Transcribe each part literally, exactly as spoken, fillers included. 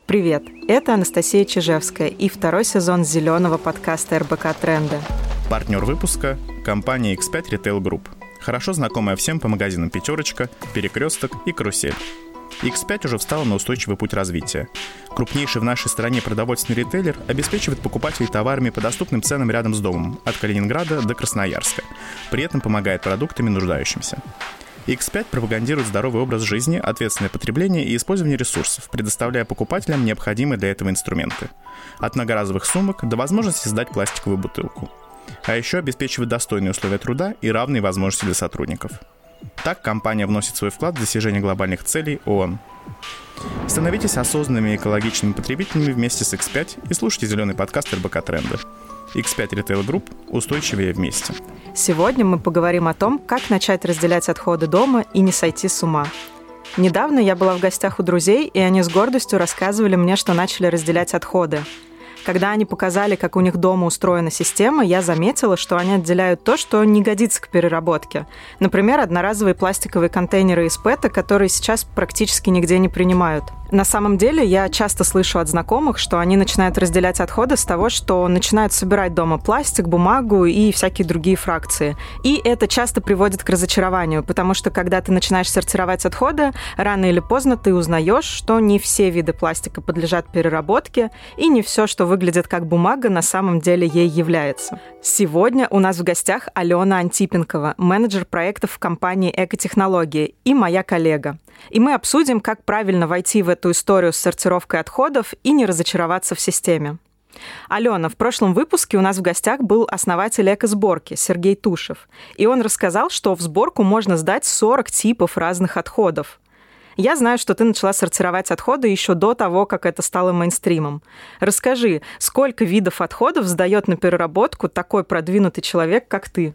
Привет, это Анастасия Чижевская и второй сезон зеленого подкаста эр бэ ка Тренды. Партнер выпуска – компания икс пять Retail Group, хорошо знакомая всем по магазинам «Пятерочка», «Перекресток» и «Карусель». икс пять уже встала на устойчивый путь развития. Крупнейший в нашей стране продовольственный ритейлер обеспечивает покупателей товарами по доступным ценам рядом с домом, от Калининграда до Красноярска. При этом помогает продуктами нуждающимся. икс пять пропагандирует здоровый образ жизни, ответственное потребление и использование ресурсов, предоставляя покупателям необходимые для этого инструменты. От многоразовых сумок до возможности сдать пластиковую бутылку. А еще обеспечивает достойные условия труда и равные возможности для сотрудников. Так компания вносит свой вклад в достижение глобальных целей ООН. Становитесь осознанными и экологичными потребителями вместе с икс пять и слушайте зеленый подкаст эр бэ ка Тренды. икс пять Retail Group – устойчивее вместе. Сегодня мы поговорим о том, как начать разделять отходы дома и не сойти с ума. Недавно я была в гостях у друзей, и они с гордостью рассказывали мне, что начали разделять отходы. Когда они показали, как у них дома устроена система, я заметила, что они отделяют то, что не годится к переработке. Например, одноразовые пластиковые контейнеры из пэта, которые сейчас практически нигде не принимают. На самом деле, я часто слышу от знакомых, что они начинают разделять отходы с того, что начинают собирать дома пластик, бумагу и всякие другие фракции. И это часто приводит к разочарованию, потому что, когда ты начинаешь сортировать отходы, рано или поздно ты узнаешь, что не все виды пластика подлежат переработке, и не все, что выглядит как бумага, на самом деле ей является. Сегодня у нас в гостях Алена Антипенкова, менеджер проектов в компании «Экотехнологии» и моя коллега. И мы обсудим, как правильно войти в эту историю с сортировкой отходов и не разочароваться в системе. Алена, в прошлом выпуске у нас в гостях был основатель экосборки Сергей Тушев, и он рассказал, что в сборку можно сдать сорок типов разных отходов. Я знаю, что ты начала сортировать отходы еще до того, как это стало мейнстримом. Расскажи, сколько видов отходов сдает на переработку такой продвинутый человек, как ты?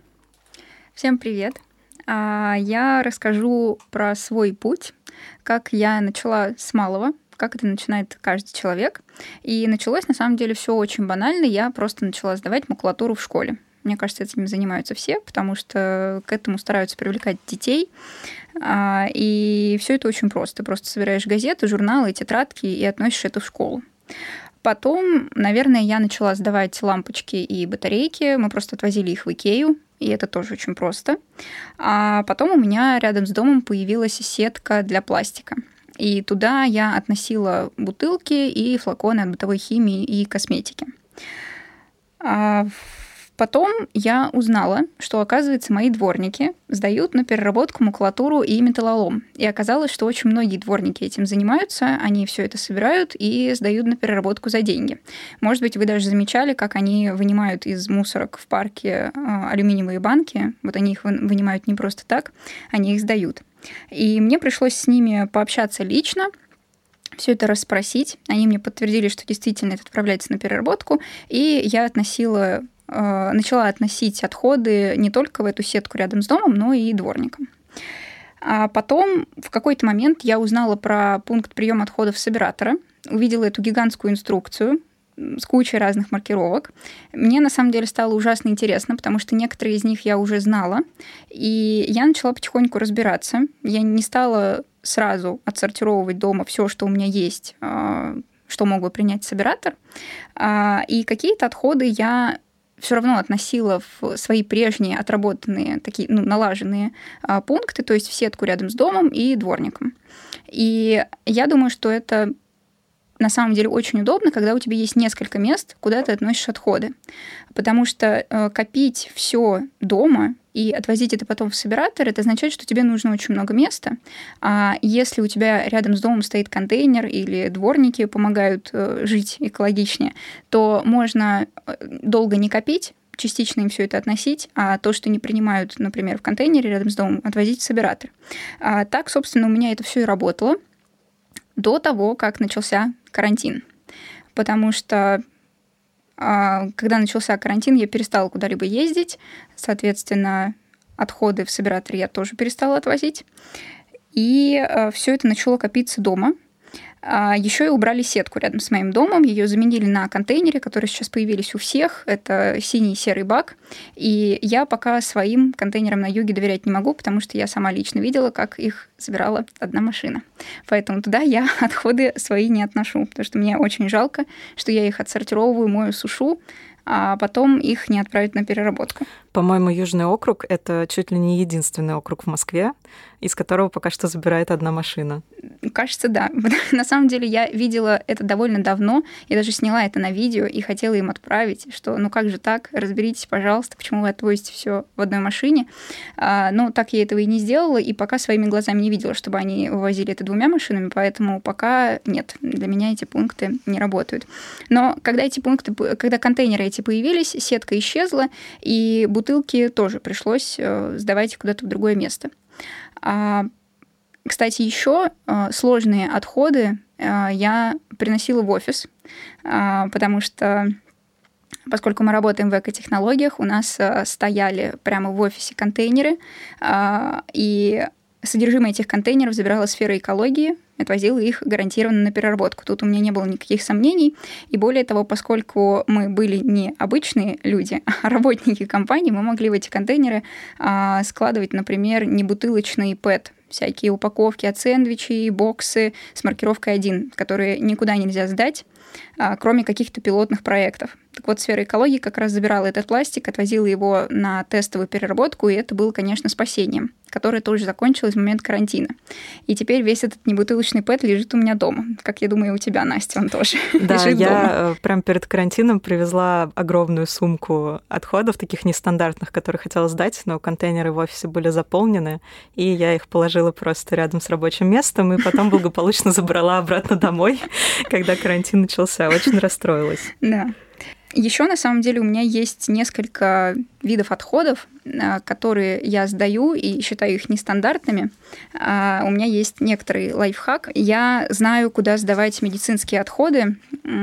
Всем привет! Я расскажу про свой путь, как я начала с малого, как это начинает каждый человек. И началось, на самом деле, все очень банально. Я просто начала сдавать макулатуру в школе. Мне кажется, этим занимаются все, потому что к этому стараются привлекать детей. И все это очень просто. Ты просто собираешь газеты, журналы, тетрадки и относишь это в школу. Потом, наверное, я начала сдавать лампочки и батарейки. Мы просто отвозили их в Икею, и это тоже очень просто. А потом у меня рядом с домом появилась сетка для пластика. И туда я относила бутылки и флаконы от бытовой химии и косметики. А потом я узнала, что, оказывается, мои дворники сдают на переработку макулатуру и металлолом. И оказалось, что очень многие дворники этим занимаются, они все это собирают и сдают на переработку за деньги. Может быть, вы даже замечали, как они вынимают из мусорок в парке алюминиевые банки. Вот они их вынимают не просто так, они их сдают. И мне пришлось с ними пообщаться лично, все это расспросить. Они мне подтвердили, что действительно это отправляется на переработку, и я относила... начала относить отходы не только в эту сетку рядом с домом, но и дворникам. А потом в какой-то момент я узнала про пункт приема отходов Собиратора, увидела эту гигантскую инструкцию с кучей разных маркировок. Мне на самом деле стало ужасно интересно, потому что некоторые из них я уже знала, и я начала потихоньку разбираться. Я не стала сразу отсортировывать дома все, что у меня есть, что мог бы принять Собиратор, и какие-то отходы я все равно относила в свои прежние отработанные, такие, ну, налаженные а, пункты, то есть в сетку рядом с домом и дворником. И я думаю, что это на самом деле очень удобно, когда у тебя есть несколько мест, куда ты относишь отходы. Потому что э, копить все дома и отвозить это потом в Собиратор, это означает, что тебе нужно очень много места. А если у тебя рядом с домом стоит контейнер или дворники помогают э, жить экологичнее, то можно долго не копить, частично им все это относить, а то, что не принимают, например, в контейнере рядом с домом, отвозить в Собиратор. А так, собственно, у меня это все и работало до того, как начался карантин. Потому что когда начался карантин, я перестала куда-либо ездить, соответственно, отходы в Собиратор я тоже перестала отвозить. И все это начало копиться дома. Еще и убрали сетку рядом с моим домом, ее заменили на контейнеры, которые сейчас появились у всех. Это синий и серый бак. И я пока своим контейнерам на юге доверять не могу, потому что я сама лично видела, как их забирала одна машина. Поэтому туда я отходы свои не отношу, потому что мне очень жалко, что я их отсортировываю, мою, сушу, а потом их не отправить на переработку. По-моему, Южный округ — это чуть ли не единственный округ в Москве, из которого пока что забирает одна машина. Кажется, да. На самом деле я видела это довольно давно. Я даже сняла это на видео и хотела им отправить, что ну как же так, разберитесь, пожалуйста, почему вы отвозите все в одной машине. А, но так я этого и не сделала, и пока своими глазами не видела, чтобы они вывозили это двумя машинами, поэтому пока нет, для меня эти пункты не работают. Но когда эти пункты, когда контейнеры эти появились, сетка исчезла, и бутылки тоже пришлось сдавать куда-то в другое место. А, кстати, еще сложные отходы я приносила в офис, потому что, поскольку мы работаем в экотехнологиях, у нас стояли прямо в офисе контейнеры, и содержимое этих контейнеров забирала сфера экологии, отвозила их гарантированно на переработку. Тут у меня не было никаких сомнений. И более того, поскольку мы были не обычные люди, а работники компании, мы могли в эти контейнеры а, складывать, например, небутылочный пэт, всякие упаковки от сэндвичей, боксы с маркировкой один, которые никуда нельзя сдать, а, кроме каких-то пилотных проектов. Так вот, сфера экологии как раз забирала этот пластик, отвозила его на тестовую переработку, и это было, конечно, спасением, которое тоже закончилось в момент карантина. И теперь весь этот небутылочный пэт лежит у меня дома. Как я думаю, и у тебя, Настя, он тоже да, лежит я дома. Прям перед карантином привезла огромную сумку отходов, таких нестандартных, которые хотела сдать, но контейнеры в офисе были заполнены, и я их положила просто рядом с рабочим местом, и потом благополучно забрала обратно домой, когда карантин начался. Очень расстроилась. Да. Еще, на самом деле, у меня есть несколько видов отходов, которые я сдаю и считаю их нестандартными. У меня есть некоторый лайфхак. Я знаю, куда сдавать медицинские отходы,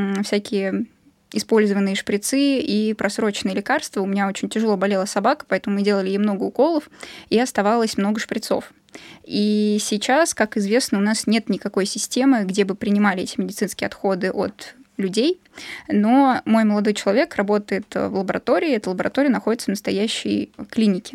всякие использованные шприцы и просроченные лекарства. У меня очень тяжело болела собака, поэтому мы делали ей много уколов, и оставалось много шприцов. И сейчас, как известно, у нас нет никакой системы, где бы принимали эти медицинские отходы от людей, но мой молодой человек работает в лаборатории, эта лаборатория находится в настоящей клинике.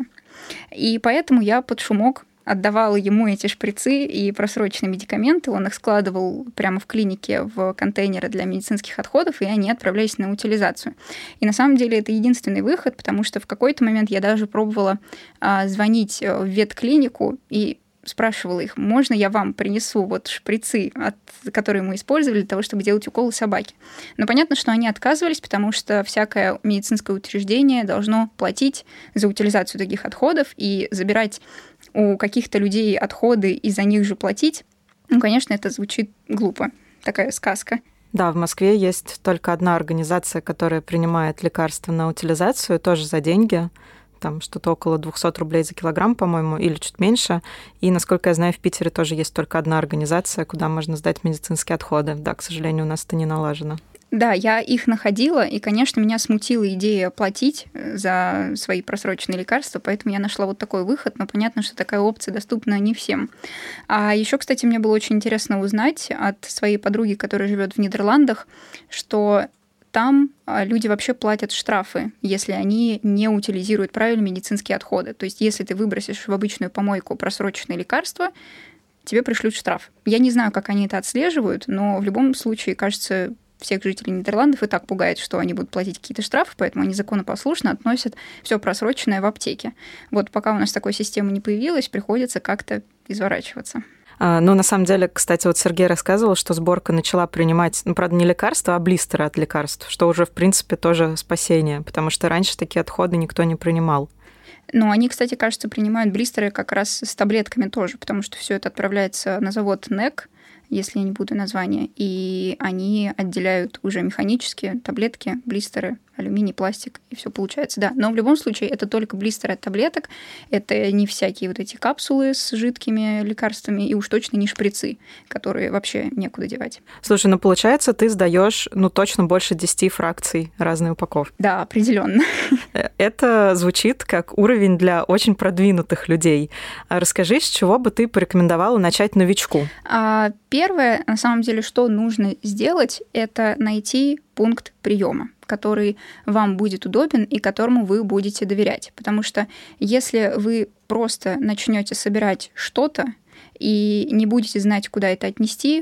И поэтому я под шумок отдавала ему эти шприцы и просроченные медикаменты, он их складывал прямо в клинике в контейнеры для медицинских отходов, и они отправлялись на утилизацию. И на самом деле это единственный выход, потому что в какой-то момент я даже пробовала а, звонить в ветклинику и спрашивала их, можно я вам принесу вот шприцы, от, которые мы использовали для того, чтобы делать уколы собаке. Но понятно, что они отказывались, потому что всякое медицинское учреждение должно платить за утилизацию таких отходов и забирать у каких-то людей отходы и за них же платить. Ну, конечно, это звучит глупо, такая сказка. Да, в Москве есть только одна организация, которая принимает лекарства на утилизацию, тоже за деньги. Там что-то около двести рублей за килограмм, по-моему, или чуть меньше. И, насколько я знаю, в Питере тоже есть только одна организация, куда можно сдать медицинские отходы. Да, к сожалению, у нас это не налажено. Да, я их находила, и, конечно, меня смутила идея платить за свои просроченные лекарства, поэтому я нашла вот такой выход, но понятно, что такая опция доступна не всем. А еще, кстати, мне было очень интересно узнать от своей подруги, которая живет в Нидерландах, что там люди вообще платят штрафы, если они не утилизируют правильно медицинские отходы. То есть если ты выбросишь в обычную помойку просроченные лекарства, тебе пришлют штраф. Я не знаю, как они это отслеживают, но в любом случае, кажется, всех жителей Нидерландов и так пугает, что они будут платить какие-то штрафы, поэтому они законопослушно относят все просроченное в аптеке. Вот пока у нас такой системы не появилась, приходится как-то изворачиваться. Ну, на самом деле, кстати, вот Сергей рассказывал, что сборка начала принимать, ну, правда, не лекарства, а блистеры от лекарств, что уже, в принципе, тоже спасение, потому что раньше такие отходы никто не принимал. Ну, они, кстати, кажется, принимают блистеры как раз с таблетками тоже, потому что все это отправляется на завод НЭК, если я не буду название, и они отделяют уже механически таблетки, блистеры алюминий, пластик, и все получается, да. Но в любом случае это только блистеры от таблеток, это не всякие вот эти капсулы с жидкими лекарствами, и уж точно не шприцы, которые вообще некуда девать. Слушай, ну получается, ты сдаешь, ну точно больше десяти фракций разной упаковки. Да, определенно. Это звучит как уровень для очень продвинутых людей. Расскажи, с чего бы ты порекомендовала начать новичку? А первое, на самом деле, что нужно сделать, это найти пункт приема, который вам будет удобен и которому вы будете доверять. Потому что если вы просто начнете собирать что-то и не будете знать, куда это отнести,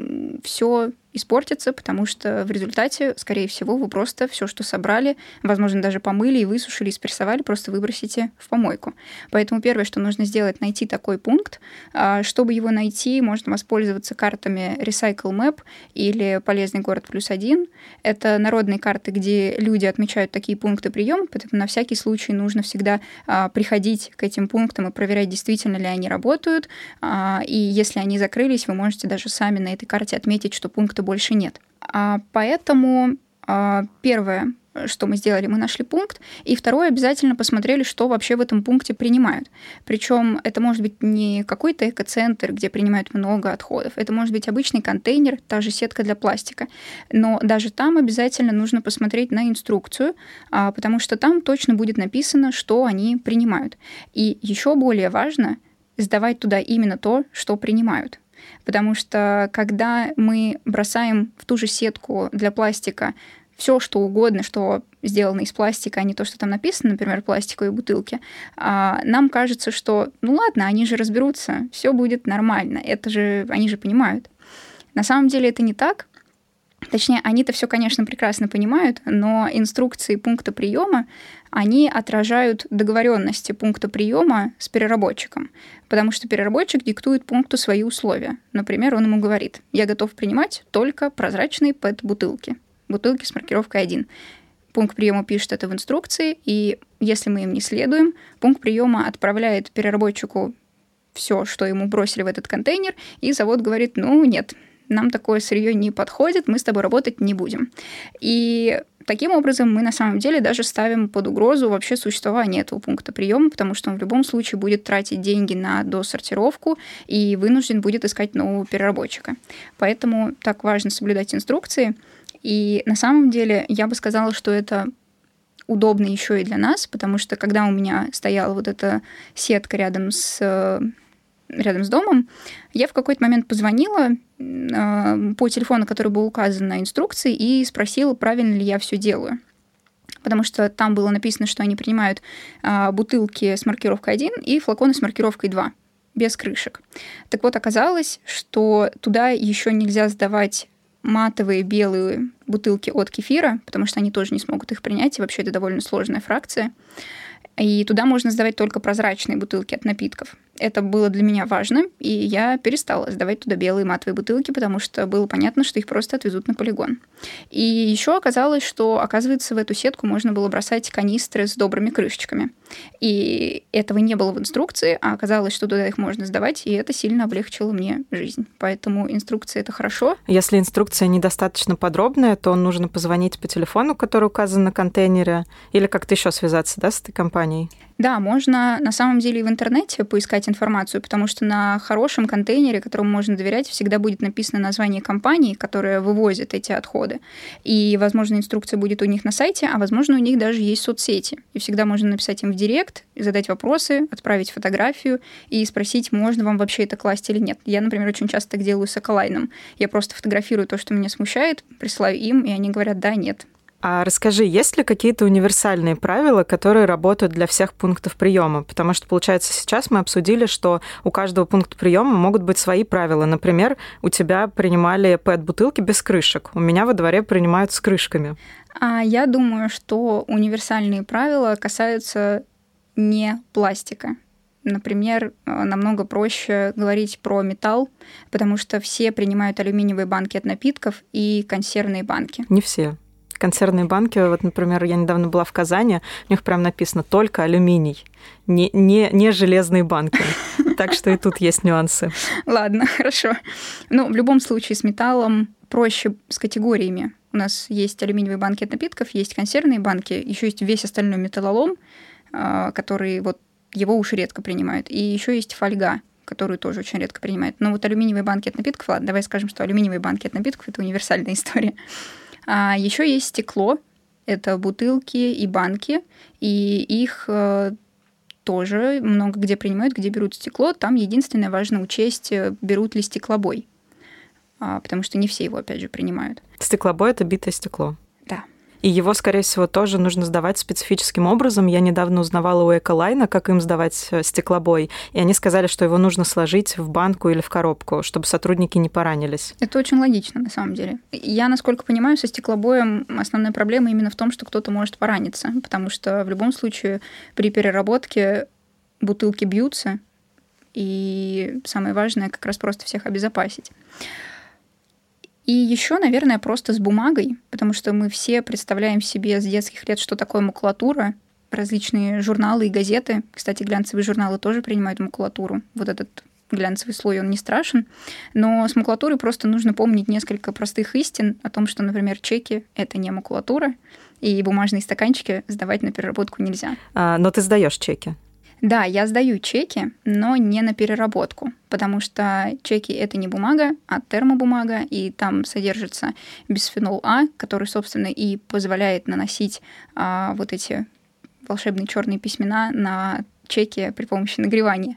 все испортится, потому что в результате, скорее всего, вы просто все, что собрали, возможно, даже помыли и высушили, и спрессовали, просто выбросите в помойку. Поэтому первое, что нужно сделать, найти такой пункт. Чтобы его найти, можно воспользоваться картами Recycle Map или Полезный город плюс один. Это народные карты, где люди отмечают такие пункты приема, поэтому на всякий случай нужно всегда приходить к этим пунктам и проверять, действительно ли они работают. И если они закрылись, вы можете даже сами на этой карте отметить, что пункта больше нет. А поэтому а, первое, что мы сделали, мы нашли пункт, и второе, обязательно посмотрели, что вообще в этом пункте принимают. Причем это может быть не какой-то экоцентр, где принимают много отходов, это может быть обычный контейнер, та же сетка для пластика. Но даже там обязательно нужно посмотреть на инструкцию, а, потому что там точно будет написано, что они принимают. И еще более важно сдавать туда именно то, что принимают. Потому что когда мы бросаем в ту же сетку для пластика все, что угодно, что сделано из пластика, а не то, что там написано, например, пластиковые бутылки, нам кажется, что ну ладно, они же разберутся, все будет нормально, это же, они же понимают. На самом деле это не так. Точнее, они-то все, конечно, прекрасно понимают, но инструкции пункта приема, они отражают договоренности пункта приема с переработчиком, потому что переработчик диктует пункту свои условия. Например, он ему говорит: я готов принимать только прозрачные пэт-бутылки, бутылки с маркировкой один. Пункт приема пишет это в инструкции, и если мы им не следуем, пункт приема отправляет переработчику все, что ему бросили в этот контейнер, и завод говорит: ну нет, нам такое сырье не подходит, мы с тобой работать не будем. И таким образом мы на самом деле даже ставим под угрозу вообще существование этого пункта приема, потому что он в любом случае будет тратить деньги на досортировку и вынужден будет искать нового переработчика. Поэтому так важно соблюдать инструкции. И на самом деле я бы сказала, что это удобно еще и для нас, потому что когда у меня стояла вот эта сетка рядом с... рядом с домом, я в какой-то момент позвонила э, по телефону, который был указан на инструкции, и спросила, правильно ли я все делаю. Потому что там было написано, что они принимают э, бутылки с маркировкой один и флаконы с маркировкой два, без крышек. Так вот, оказалось, что туда еще нельзя сдавать матовые белые бутылки от кефира, потому что они тоже не смогут их принять, и вообще это довольно сложная фракция. И туда можно сдавать только прозрачные бутылки от напитков. Это было для меня важно, и я перестала сдавать туда белые матовые бутылки, потому что было понятно, что их просто отвезут на полигон. И еще оказалось, что, оказывается, в эту сетку можно было бросать канистры с добрыми крышечками. И этого не было в инструкции, а оказалось, что туда их можно сдавать, и это сильно облегчило мне жизнь. Поэтому инструкция — это хорошо. Если инструкция недостаточно подробная, то нужно позвонить по телефону, который указан на контейнере, или как-то еще связаться, да, с этой компанией? Да, можно на самом деле и в интернете поискать информацию, потому что на хорошем контейнере, которому можно доверять, всегда будет написано название компании, которая вывозит эти отходы. И, возможно, инструкция будет у них на сайте, а, возможно, у них даже есть соцсети. И всегда можно написать им в директ, задать вопросы, отправить фотографию и спросить, можно вам вообще это класть или нет. Я, например, очень часто так делаю с Эколайном. Я просто фотографирую то, что меня смущает, присылаю им, и они говорят «да», «нет». А расскажи, есть ли какие-то универсальные правила, которые работают для всех пунктов приема? Потому что, получается, сейчас мы обсудили, что у каждого пункта приема могут быть свои правила. Например, у тебя принимали пэт-бутылки без крышек, у меня во дворе принимают с крышками. А я думаю, что универсальные правила касаются не пластика. Например, намного проще говорить про металл, потому что все принимают алюминиевые банки от напитков и консервные банки. Не все. Консервные банки, вот, например, я недавно была в Казани, у них прям написано «только алюминий», не, не, не железные банки. Так что и тут есть нюансы. Ладно, хорошо. Ну, в любом случае с металлом проще с категориями. У нас есть алюминиевые банки от напитков, есть консервные банки, еще есть весь остальной металлолом, который вот его уж редко принимают. И еще есть фольга, которую тоже очень редко принимают. Но вот алюминиевые банки от напитков, ладно, давай скажем, что алюминиевые банки от напитков — это универсальная история. А еще есть стекло, это бутылки и банки, и их э, тоже много где принимают, где берут стекло. Там единственное важно учесть, берут ли стеклобой, а, потому что не все его, опять же, принимают. Стеклобой — это битое стекло. Да. И его, скорее всего, тоже нужно сдавать специфическим образом. Я недавно узнавала у Эколайна, как им сдавать стеклобой, и они сказали, что его нужно сложить в банку или в коробку, чтобы сотрудники не поранились. Это очень логично, на самом деле. Я, насколько понимаю, со стеклобоем основная проблема именно в том, что кто-то может пораниться, потому что в любом случае при переработке бутылки бьются, и самое важное как раз просто всех обезопасить. И еще, наверное, просто с бумагой, потому что мы все представляем себе с детских лет, что такое макулатура, различные журналы и газеты. Кстати, глянцевые журналы тоже принимают макулатуру. Вот этот глянцевый слой, он не страшен. Но с макулатурой просто нужно помнить несколько простых истин о том, что, например, чеки — это не макулатура, и бумажные стаканчики сдавать на переработку нельзя. А, но ты сдаешь чеки? Да, я сдаю чеки, но не на переработку, потому что чеки — это не бумага, а термобумага, и там содержится бисфенол А, который, собственно, и позволяет наносить а, вот эти волшебные черные письмена на чеки при помощи нагревания.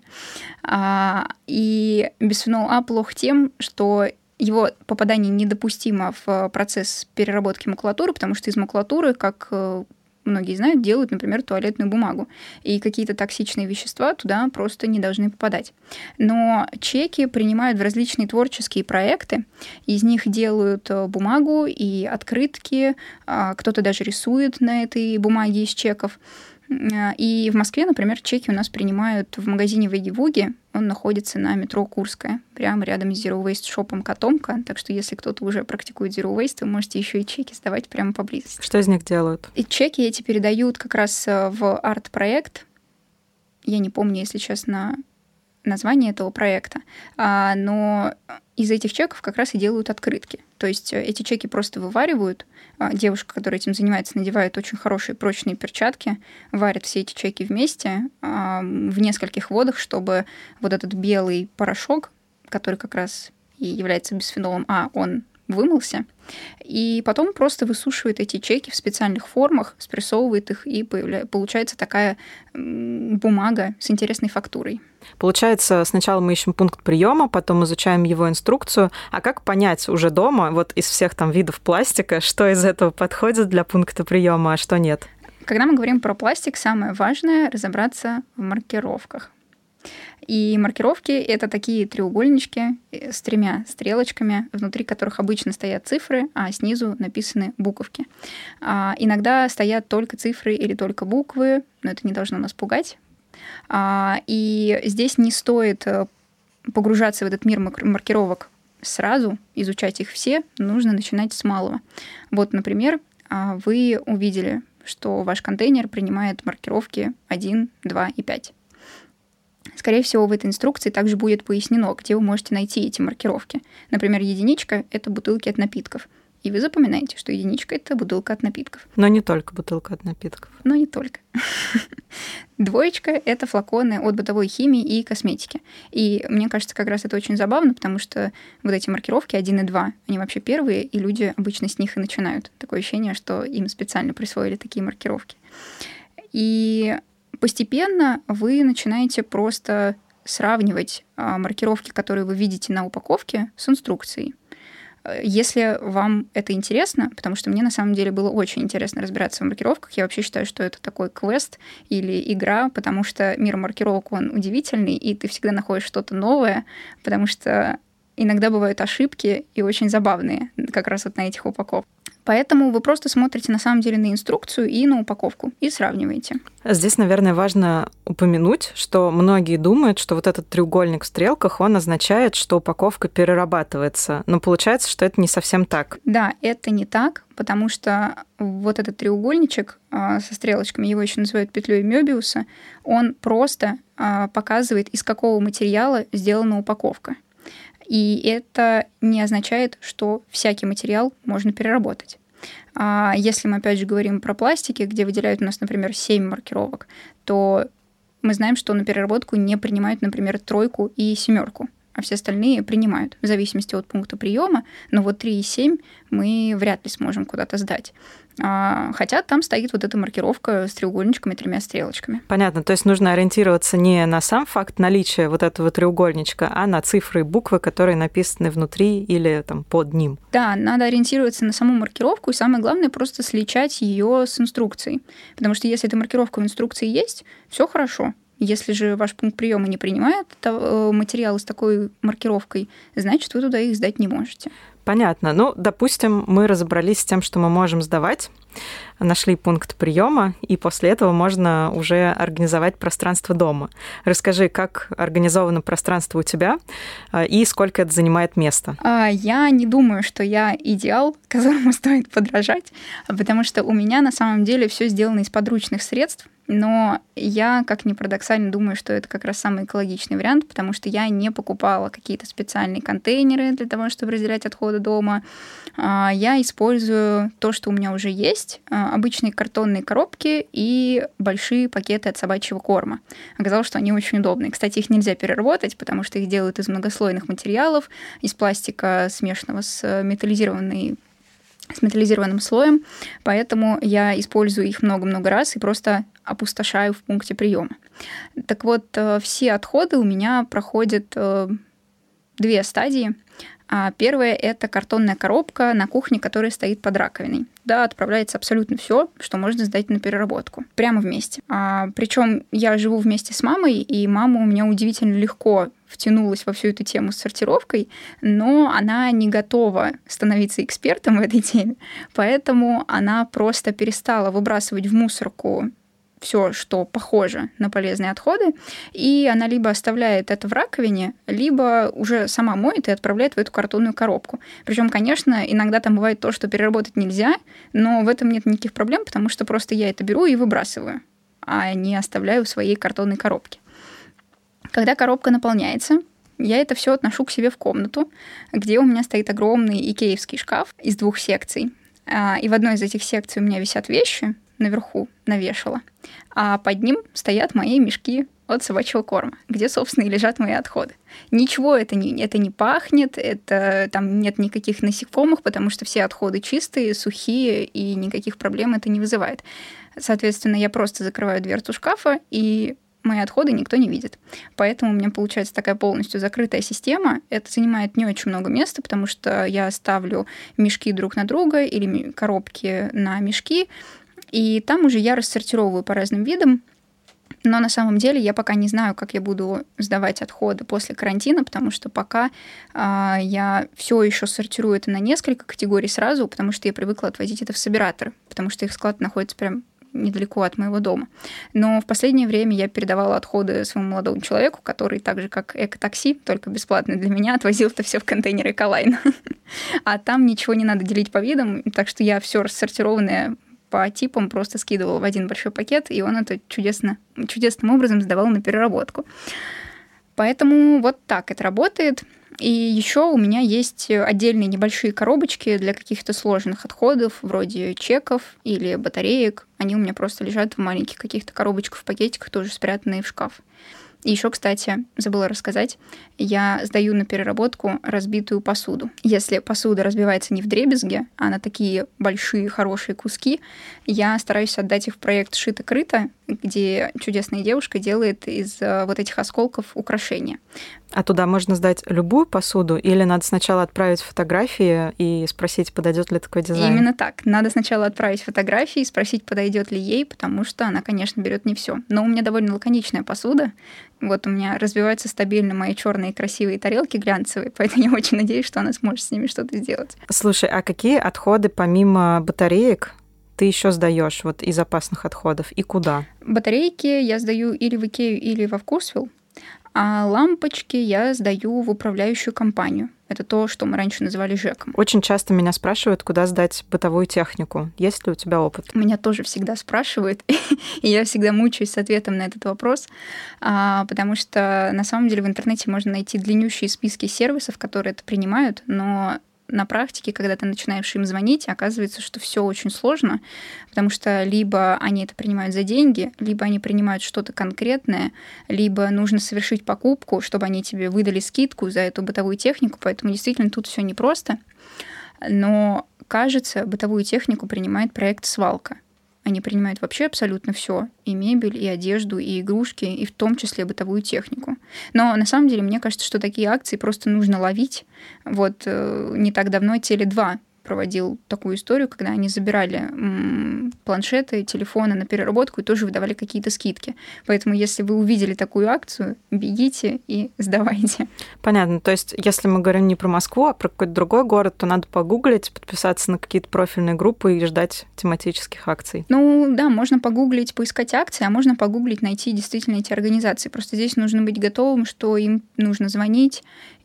А, и бисфенол А плох тем, что его попадание недопустимо в процесс переработки макулатуры, потому что из макулатуры, как многие знают, делают, например, туалетную бумагу. И какие-то токсичные вещества туда просто не должны попадать. Но чеки принимают в различные творческие проекты. Из них делают бумагу и открытки. Кто-то даже рисует на этой бумаге из чеков. И в Москве, например, чеки у нас принимают в магазине Веги-Вуги. Он находится на метро Курская, прямо рядом с Zero Waste шопом Котомка. Так что если кто-то уже практикует Zero Waste, вы можете еще и чеки сдавать прямо поблизости. Что из них делают? И чеки эти передают как раз в арт-проект. Я не помню, если честно, название этого проекта. Но из этих чеков как раз и делают открытки. То есть эти чеки просто вываривают. Девушка, которая этим занимается, надевает очень хорошие прочные перчатки, варит все эти чеки вместе в нескольких водах, чтобы вот этот белый порошок, который как раз и является бисфенолом А, он вымылся. И потом просто высушивает эти чеки в специальных формах, спрессовывает их, и появля... получается такая бумага с интересной фактурой. Получается, сначала мы ищем пункт приема, потом изучаем его инструкцию. А как понять уже дома, вот из всех там видов пластика, что из этого подходит для пункта приема, а что нет? Когда мы говорим про пластик, самое важное — разобраться в маркировках. И маркировки — это такие треугольнички с тремя стрелочками, внутри которых обычно стоят цифры, а снизу написаны буковки. А иногда стоят только цифры или только буквы, но это не должно нас пугать. А, и здесь не стоит погружаться в этот мир маркировок сразу, изучать их все, нужно начинать с малого. Вот, например, вы увидели, что ваш контейнер принимает маркировки один, два и пять. Скорее всего, в этой инструкции также будет пояснено, где вы можете найти эти маркировки. Например, единичка — это бутылки от напитков. И вы запоминаете, что единичка — это бутылка от напитков. Но не только бутылка от напитков. Но не только. Двоечка — это флаконы от бытовой химии и косметики. И мне кажется, как раз это очень забавно, потому что вот эти маркировки один и два, они вообще первые, и люди обычно с них и начинают. Такое ощущение, что им специально присвоили такие маркировки. И постепенно вы начинаете просто сравнивать маркировки, которые вы видите на упаковке, с инструкцией. Если вам это интересно, потому что мне на самом деле было очень интересно разбираться в маркировках, я вообще считаю, что это такой квест или игра, потому что мир маркировок, он удивительный, и ты всегда находишь что-то новое, потому что иногда бывают ошибки и очень забавные, как раз вот на этих упаковках. Поэтому вы просто смотрите на самом деле на инструкцию и на упаковку и сравниваете. Здесь, наверное, важно упомянуть, что многие думают, что вот этот треугольник в стрелках, он означает, что упаковка перерабатывается. Но получается, что это не совсем так. Да, это не так, потому что вот этот треугольничек со стрелочками, его еще называют петлей Мёбиуса, он просто показывает, из какого материала сделана упаковка. И это не означает, что всякий материал можно переработать. А если мы, опять же, говорим про пластики, где выделяют у нас, например, семь маркировок, то мы знаем, что на переработку не принимают, например, тройку и семерку, а все остальные принимают, в зависимости от пункта приема, но вот три и семь мы вряд ли сможем куда-то сдать. А, хотя там стоит вот эта маркировка с треугольничками и тремя стрелочками. Понятно, то есть нужно ориентироваться не на сам факт наличия вот этого треугольничка, а на цифры и буквы, которые написаны внутри или там под ним. Да, надо ориентироваться на саму маркировку, и самое главное просто сличать ее с инструкцией. Потому что если эта маркировка в инструкции есть, все хорошо. Если же ваш пункт приема не принимает материалы с такой маркировкой, значит, вы туда их сдать не можете. Понятно. Ну, допустим, мы разобрались с тем, что мы можем сдавать, нашли пункт приема, и после этого можно уже организовать пространство дома. Расскажи, как организовано пространство у тебя и сколько это занимает места? Я не думаю, что я идеал, которому стоит подражать, потому что у меня на самом деле все сделано из подручных средств. Но я, как ни парадоксально, думаю, что это как раз самый экологичный вариант, потому что я не покупала какие-то специальные контейнеры для того, чтобы разделять отходы дома. Я использую то, что у меня уже есть, обычные картонные коробки и большие пакеты от собачьего корма. Оказалось, что они очень удобные. Кстати, их нельзя переработать, потому что их делают из многослойных материалов, из пластика, смешанного с металлизированной с металлизированным слоем, поэтому я использую их много-много раз и просто опустошаю в пункте приема. Так вот, все отходы у меня проходят две стадии. Первая — это картонная коробка на кухне, которая стоит под раковиной. Туда отправляется абсолютно все, что можно сдать на переработку. Прямо вместе. А, причем я живу вместе с мамой, и мама у меня удивительно легко втянулась во всю эту тему с сортировкой, но она не готова становиться экспертом в этой теме, поэтому она просто перестала выбрасывать в мусорку все, что похоже на полезные отходы, и она либо оставляет это в раковине, либо уже сама моет и отправляет в эту картонную коробку. Причем, конечно, иногда там бывает то, что переработать нельзя, но в этом нет никаких проблем, потому что просто я это беру и выбрасываю, а не оставляю в своей картонной коробке. Когда коробка наполняется, я это все отношу к себе в комнату, где у меня стоит огромный икеевский шкаф из двух секций. И в одной из этих секций у меня висят вещи, наверху навешала, а под ним стоят мои мешки от собачьего корма, где, собственно, и лежат мои отходы. Ничего это не, это не пахнет, это, там нет никаких насекомых, потому что все отходы чистые, сухие, и никаких проблем это не вызывает. Соответственно, я просто закрываю дверцу шкафа, и мои отходы никто не видит. Поэтому у меня получается такая полностью закрытая система. Это занимает не очень много места, потому что я ставлю мешки друг на друга или коробки на мешки, и там уже я рассортировываю по разным видам. Но на самом деле я пока не знаю, как я буду сдавать отходы после карантина, потому что пока э, я все еще сортирую это на несколько категорий сразу, потому что я привыкла отвозить это в собираторы, потому что их склад находится прям недалеко от моего дома. Но в последнее время я передавала отходы своему молодому человеку, который так же, как эко-такси, только бесплатно для меня, отвозил это все в контейнер Эколайн. А там ничего не надо делить по видам, так что я все рассортированное по типам просто скидывала в один большой пакет, и он это чудесно, чудесным образом сдавал на переработку. Поэтому вот так это работает. И еще у меня есть отдельные небольшие коробочки для каких-то сложных отходов, вроде чеков или батареек. Они у меня просто лежат в маленьких каких-то коробочках, в пакетиках, тоже спрятанные в шкаф. И еще, кстати, забыла рассказать, я сдаю на переработку разбитую посуду. Если посуда разбивается не вдребезги, а на такие большие, хорошие куски, я стараюсь отдать их в проект «Шито-крыто», где чудесная девушка делает из вот этих осколков украшения. А туда можно сдать любую посуду или надо сначала отправить фотографии и спросить, подойдет ли такой дизайн? Именно так. Надо сначала отправить фотографии и спросить, подойдет ли ей, потому что она, конечно, берет не все. Но у меня довольно лаконичная посуда. Вот у меня разбиваются стабильно мои черные красивые тарелки глянцевые, поэтому я очень надеюсь, что она сможет с ними что-то сделать. Слушай, а какие отходы помимо батареек ты еще сдаешь вот из опасных отходов и куда? Батарейки я сдаю или в Икею, или во Вкусвилл, а лампочки я сдаю в управляющую компанию. Это то, что мы раньше называли ЖЭКом. Очень часто меня спрашивают, куда сдать бытовую технику. Есть ли у тебя опыт? Меня тоже всегда спрашивают, и я всегда мучаюсь с ответом на этот вопрос, потому что на самом деле в интернете можно найти длиннющие списки сервисов, которые это принимают, но на практике, когда ты начинаешь им звонить, оказывается, что все очень сложно, потому что либо они это принимают за деньги, либо они принимают что-то конкретное, либо нужно совершить покупку, чтобы они тебе выдали скидку за эту бытовую технику, поэтому действительно тут все непросто. Но, кажется, бытовую технику принимает проект «Свалка». Они принимают вообще абсолютно все, и мебель, и одежду, и игрушки, и в том числе бытовую технику. Но на самом деле, мне кажется, что такие акции просто нужно ловить. Вот э, не так давно Теле два проводил такую историю, когда они забирали м, планшеты, телефоны на переработку и тоже выдавали какие-то скидки. Поэтому, если вы увидели такую акцию, бегите и сдавайте. Понятно. То есть, если мы говорим не про Москву, а про какой-то другой город, то надо погуглить, подписаться на какие-то профильные группы и ждать тематических акций. Ну да, можно погуглить, поискать акции, а можно погуглить, найти действительно эти организации. Просто здесь нужно быть готовым, что им нужно звонить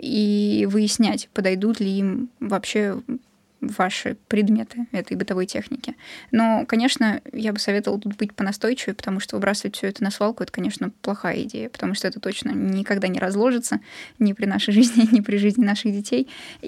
и выяснять, подойдут ли им вообще ваши предметы этой бытовой техники. Но, конечно, я бы советовала тут быть понастойчивее, потому что выбрасывать все это на свалку — это, конечно, плохая идея, потому что это точно никогда не разложится ни при нашей жизни, ни при жизни наших детей.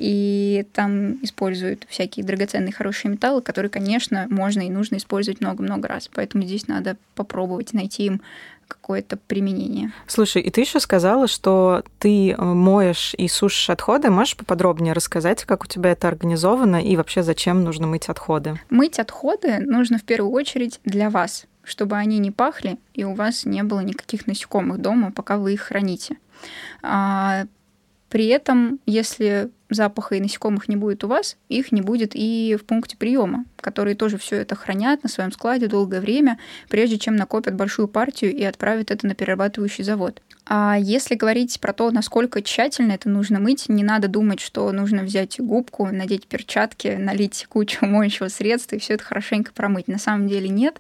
И там используют всякие драгоценные хорошие металлы, которые, конечно, можно и нужно использовать много-много раз. Поэтому здесь надо попробовать найти им какое-то применение. Слушай, и ты еще сказала, что ты моешь и сушишь отходы. Можешь поподробнее рассказать, как у тебя это организовано и вообще зачем нужно мыть отходы? Мыть отходы нужно в первую очередь для вас, чтобы они не пахли и у вас не было никаких насекомых дома, пока вы их храните. А при этом, если запаха и насекомых не будет у вас, их не будет и в пункте приема, которые тоже все это хранят на своем складе долгое время, прежде чем накопят большую партию и отправят это на перерабатывающий завод. А если говорить про то, насколько тщательно это нужно мыть, не надо думать, что нужно взять губку, надеть перчатки, налить кучу моющего средства и все это хорошенько промыть. На самом деле нет.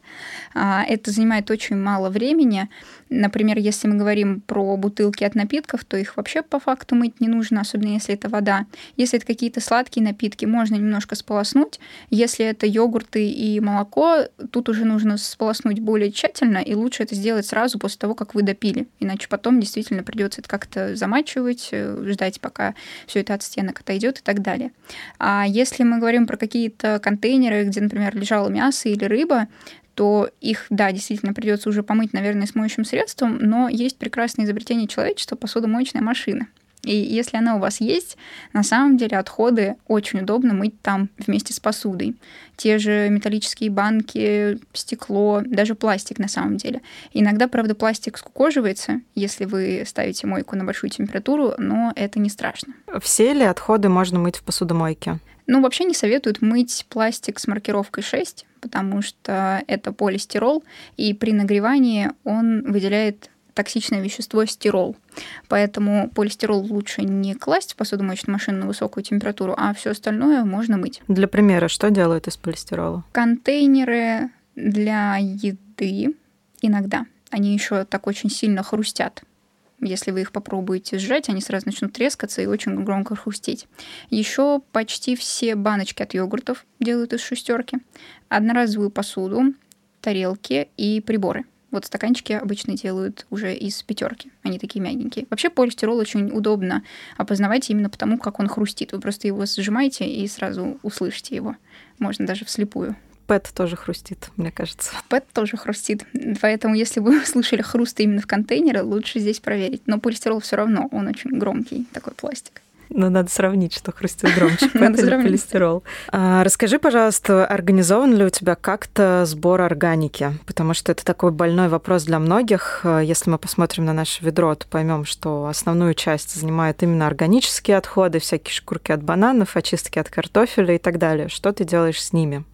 Это занимает очень мало времени. Например, если мы говорим про бутылки от напитков, то их вообще по факту мыть не нужно, особенно если это вода. Если это какие-то сладкие напитки, можно немножко сполоснуть. Если это йогурты и молоко, тут уже нужно сполоснуть более тщательно, и лучше это сделать сразу после того, как вы допили. Иначе потом действительно придется это как-то замачивать, ждать, пока все это от стенок отойдет и так далее. А если мы говорим про какие-то контейнеры, где, например, лежало мясо или рыба, то их, да, действительно придется уже помыть, наверное, с моющим средством, но есть прекрасное изобретение человечества — посудомоечная машина. И если она у вас есть, на самом деле отходы очень удобно мыть там вместе с посудой. Те же металлические банки, стекло, даже пластик на самом деле. Иногда, правда, пластик скукоживается, если вы ставите мойку на большую температуру, но это не страшно. Все ли отходы можно мыть в посудомойке? Ну, вообще не советуют мыть пластик с маркировкой шесть, потому что это полистирол, и при нагревании он выделяет токсичное вещество стирол. Поэтому полистирол лучше не класть в посудомоечную машину на высокую температуру, а все остальное можно мыть. Для примера, что делают из полистирола? Контейнеры для еды иногда. Они еще так очень сильно хрустят. Если вы их попробуете сжать, они сразу начнут трескаться и очень громко хрустеть. Еще почти все баночки от йогуртов делают из шестерки. Одноразовую посуду, тарелки и приборы. Вот стаканчики обычно делают уже из пятерки. Они такие мягенькие. Вообще полистирол очень удобно опознавать именно потому, как он хрустит. Вы просто его сжимаете и сразу услышите его. Можно даже вслепую. Пэт тоже хрустит, мне кажется. Пэт тоже хрустит. Поэтому, если вы услышали хруст именно в контейнере, лучше здесь проверить. Но полистирол все равно, он очень громкий, такой пластик. Но надо сравнить, что хрустит громче, пэт или полистирол. А, расскажи, пожалуйста, организован ли у тебя как-то сбор органики? Потому что это такой больной вопрос для многих. Если мы посмотрим на наше ведро, то поймем, что основную часть занимают именно органические отходы, всякие шкурки от бананов, очистки от картофеля и так далее. Что ты делаешь с ними?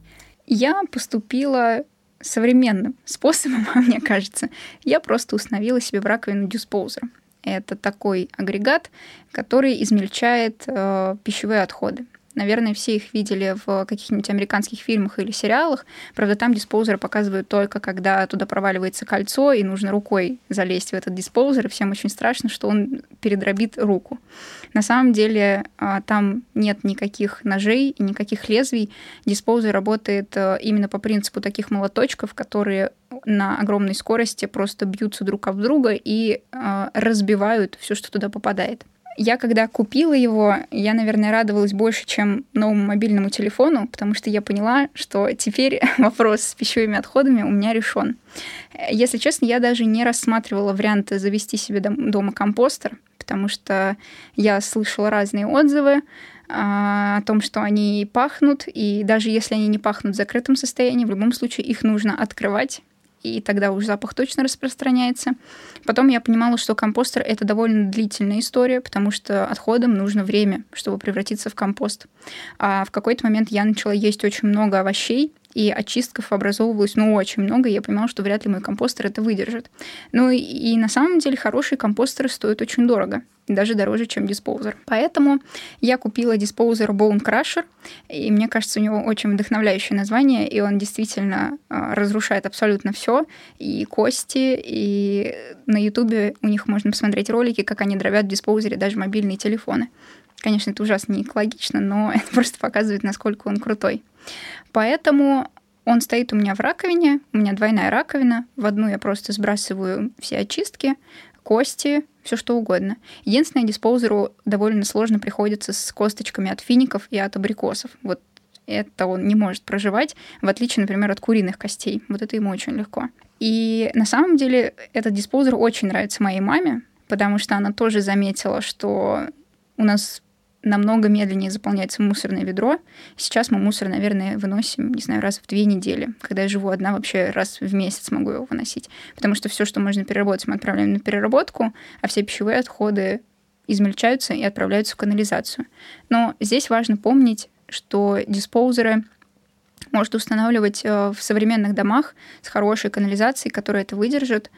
Я поступила современным способом, мне кажется. Я просто установила себе в раковину диспоузер. Это такой агрегат, который измельчает э, пищевые отходы. Наверное, все их видели в каких-нибудь американских фильмах или сериалах. Правда, там диспоузеры показывают только, когда туда проваливается кольцо, и нужно рукой залезть в этот диспоузер, и всем очень страшно, что он передробит руку. На самом деле там нет никаких ножей и никаких лезвий. Диспоузер работает именно по принципу таких молоточков, которые на огромной скорости просто бьются друг об друга и разбивают все, что туда попадает. Я, когда купила его, я, наверное, радовалась больше, чем новому мобильному телефону, потому что я поняла, что теперь вопрос с пищевыми отходами у меня решен. Если честно, я даже не рассматривала варианты завести себе дома компостер, потому что я слышала разные отзывы о том, что они пахнут, и даже если они не пахнут в закрытом состоянии, в любом случае их нужно открывать, и тогда уж запах точно распространяется. Потом я понимала, что компостер — это довольно длительная история, потому что отходам нужно время, чтобы превратиться в компост. А в какой-то момент я начала есть очень много овощей, и очистков образовывалось, ну, очень много, и я понимала, что вряд ли мой компостер это выдержит. Ну, и, и на самом деле хорошие компостеры стоят очень дорого, даже дороже, чем диспоузер. Поэтому я купила диспоузер Bone Crusher, и мне кажется, у него очень вдохновляющее название, и он действительно э, разрушает абсолютно все, и кости, и на Ютубе у них можно посмотреть ролики, как они дробят в диспоузере даже мобильные телефоны. Конечно, это ужасно не экологично, но это просто показывает, насколько он крутой. Поэтому он стоит у меня в раковине, у меня двойная раковина. В одну я просто сбрасываю все очистки, кости, все что угодно. Единственное, диспоузеру довольно сложно приходится с косточками от фиников и от абрикосов. Вот это он не может проживать, в отличие, например, от куриных костей. Вот это ему очень легко. И на самом деле этот диспоузер очень нравится моей маме, потому что она тоже заметила, что у нас намного медленнее заполняется мусорное ведро. Сейчас мы мусор, наверное, выносим, не знаю, раз в две недели. Когда я живу одна, вообще раз в месяц могу его выносить. Потому что все, что можно переработать, мы отправляем на переработку, а все пищевые отходы измельчаются и отправляются в канализацию. Но здесь важно помнить, что диспоузеры можно устанавливать в современных домах с хорошей канализацией, которая это выдержит.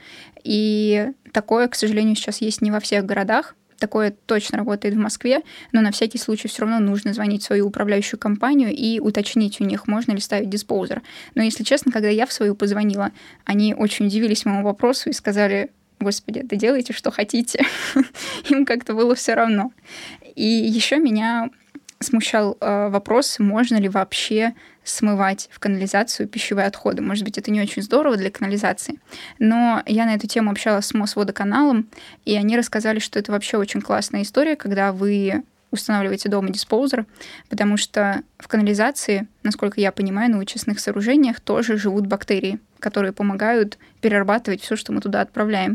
И такое, к сожалению, сейчас есть не во всех городах. Такое точно работает в Москве, но на всякий случай все равно нужно звонить в свою управляющую компанию и уточнить у них, можно ли ставить диспоузер. Но, если честно, когда я в свою позвонила, они очень удивились моему вопросу и сказали: «Господи, да делайте, что хотите». Им как-то было все равно. И еще меня смущал э, вопрос, можно ли вообще смывать в канализацию пищевые отходы. Может быть, это не очень здорово для канализации, но я на эту тему общалась с Мосводоканалом, и они рассказали, что это вообще очень классная история, когда вы устанавливаете дома диспоузер, потому что в канализации, насколько я понимаю, на очистных сооружениях тоже живут бактерии, которые помогают перерабатывать все, что мы туда отправляем.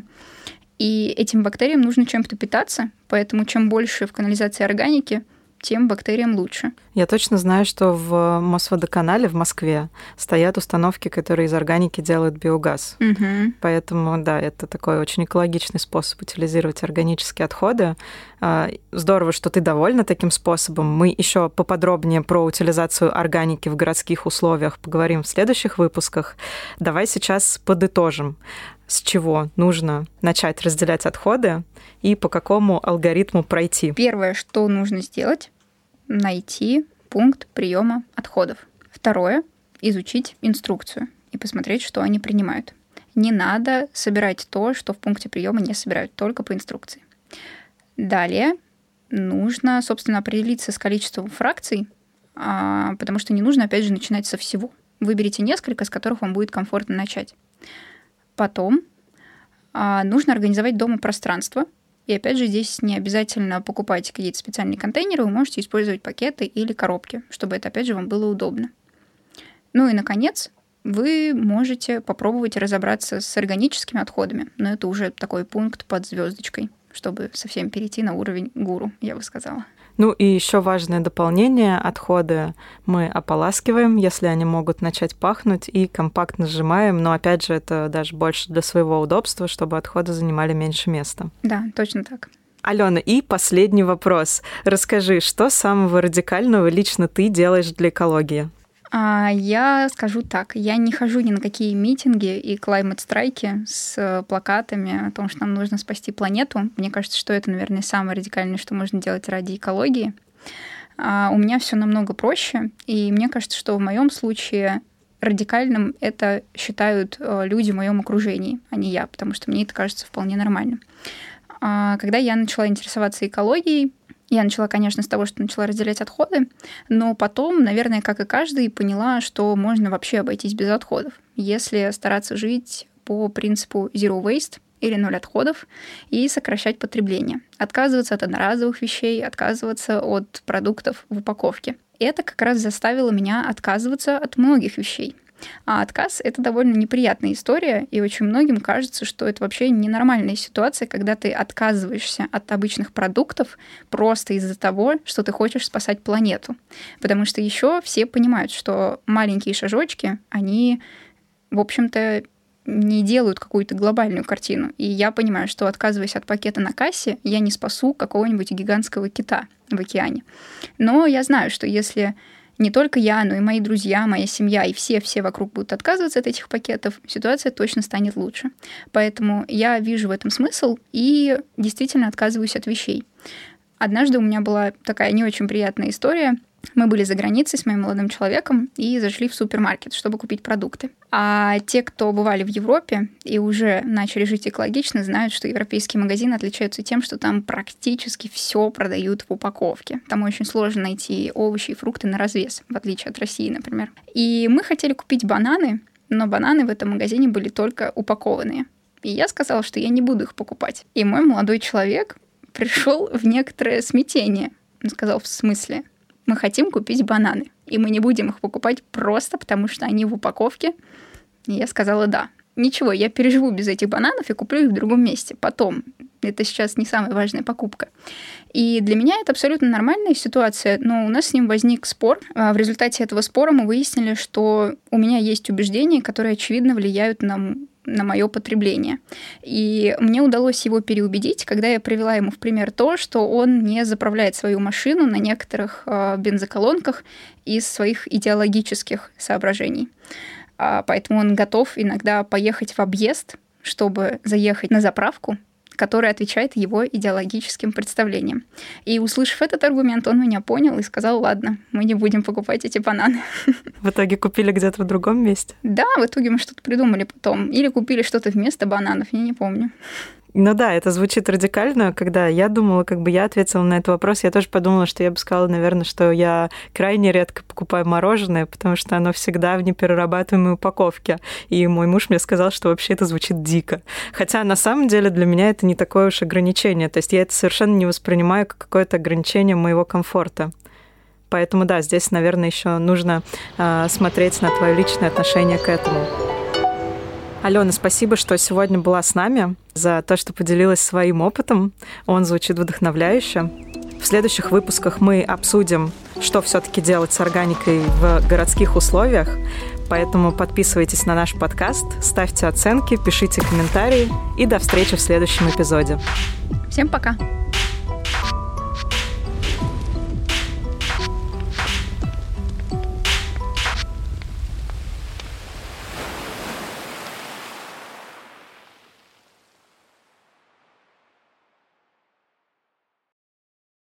И этим бактериям нужно чем-то питаться, поэтому чем больше в канализации органики, тем бактериям лучше. Я точно знаю, что в Мосводоканале в Москве стоят установки, которые из органики делают биогаз. Угу. Поэтому, да, это такой очень экологичный способ утилизировать органические отходы. Здорово, что ты довольна таким способом. Мы еще поподробнее про утилизацию органики в городских условиях поговорим в следующих выпусках. Давай сейчас подытожим, с чего нужно начать разделять отходы и по какому алгоритму пройти. Первое, что нужно сделать, найти пункт приема отходов. Второе, изучить инструкцию и посмотреть, что они принимают. Не надо собирать то, что в пункте приема не собирают, только по инструкции. Далее нужно, собственно, определиться с количеством фракций, потому что не нужно, опять же, начинать со всего. Выберите несколько, с которых вам будет комфортно начать. Потом а, нужно организовать дома пространство. И опять же, здесь не обязательно покупать какие-то специальные контейнеры, вы можете использовать пакеты или коробки, чтобы это, опять же, вам было удобно. Ну и, наконец, вы можете попробовать разобраться с органическими отходами. Но это уже такой пункт под звездочкой, чтобы совсем перейти на уровень гуру, я бы сказала. Ну и еще важное дополнение. Отходы мы ополаскиваем, если они могут начать пахнуть, и компактно сжимаем. Но опять же, это даже больше для своего удобства, чтобы отходы занимали меньше места. Да, точно так. Алена, и последний вопрос. Расскажи, что самого радикального лично ты делаешь для экологии? А, я скажу так, я не хожу ни на какие митинги и клаймат-страйки с плакатами о том, что нам нужно спасти планету. Мне кажется, что это, наверное, самое радикальное, что можно делать ради экологии. А, у меня все намного проще, и мне кажется, что в моем случае радикальным это считают люди в моем окружении, а не я, потому что мне это кажется вполне нормальным. А, когда я начала интересоваться экологией, я начала, конечно, с того, что начала разделять отходы, но потом, наверное, как и каждый, поняла, что можно вообще обойтись без отходов. Если стараться жить по принципу zero waste, или ноль отходов и сокращать потребление. Отказываться от одноразовых вещей, отказываться от продуктов в упаковке. Это как раз заставило меня отказываться от многих вещей. А отказ — это довольно неприятная история, и очень многим кажется, что это вообще ненормальная ситуация, когда ты отказываешься от обычных продуктов просто из-за того, что ты хочешь спасать планету. Потому что еще все понимают, что маленькие шажочки, они, в общем-то, не делают какую-то глобальную картину. И я понимаю, что, отказываясь от пакета на кассе, я не спасу какого-нибудь гигантского кита в океане. Но я знаю, что если не только я, но и мои друзья, моя семья и все-все вокруг будут отказываться от этих пакетов, ситуация точно станет лучше. Поэтому я вижу в этом смысл и действительно отказываюсь от вещей. Однажды у меня была такая не очень приятная история. Мы были за границей с моим молодым человеком и зашли в супермаркет, чтобы купить продукты. А те, кто бывали в Европе и уже начали жить экологично, знают, что европейские магазины отличаются тем, что там практически все продают в упаковке. Там очень сложно найти овощи и фрукты на развес, в отличие от России, например. И мы хотели купить бананы, но бананы в этом магазине были только упакованные. И я сказала, что я не буду их покупать. И мой молодой человек пришел в некоторое смятение. Он сказал: в смысле? Мы хотим купить бананы, и мы не будем их покупать просто потому, что они в упаковке. И я сказала да. Ничего, я переживу без этих бананов и куплю их в другом месте потом. Это сейчас не самая важная покупка. И для меня это абсолютно нормальная ситуация, но у нас с ним возник спор. В результате этого спора мы выяснили, что у меня есть убеждения, которые, очевидно, влияют на на мое потребление. И мне удалось его переубедить, когда я привела ему в пример то, что он не заправляет свою машину на некоторых э, бензоколонках из своих идеологических соображений. А, поэтому он готов иногда поехать в объезд, чтобы заехать на заправку, которая отвечает его идеологическим представлениям. И, услышав этот аргумент, он меня понял и сказал: ладно, мы не будем покупать эти бананы. В итоге купили где-то в другом месте? Да, в итоге мы что-то придумали потом. Или купили что-то вместо бананов, я не помню. Ну да, это звучит радикально. Когда я думала, как бы я ответила на этот вопрос, я тоже подумала, что я бы сказала, наверное, что я крайне редко покупаю мороженое, потому что оно всегда в неперерабатываемой упаковке. И мой муж мне сказал, что вообще это звучит дико. Хотя на самом деле для меня это не такое уж ограничение. То есть я это совершенно не воспринимаю как какое-то ограничение моего комфорта. Поэтому да, здесь, наверное, еще нужно э, смотреть на твое личное отношение к этому. Алена, спасибо, что сегодня была с нами, за то, что поделилась своим опытом. Он звучит вдохновляюще. В следующих выпусках мы обсудим, что все-таки делать с органикой в городских условиях. Поэтому подписывайтесь на наш подкаст, ставьте оценки, пишите комментарии и до встречи в следующем эпизоде. Всем пока!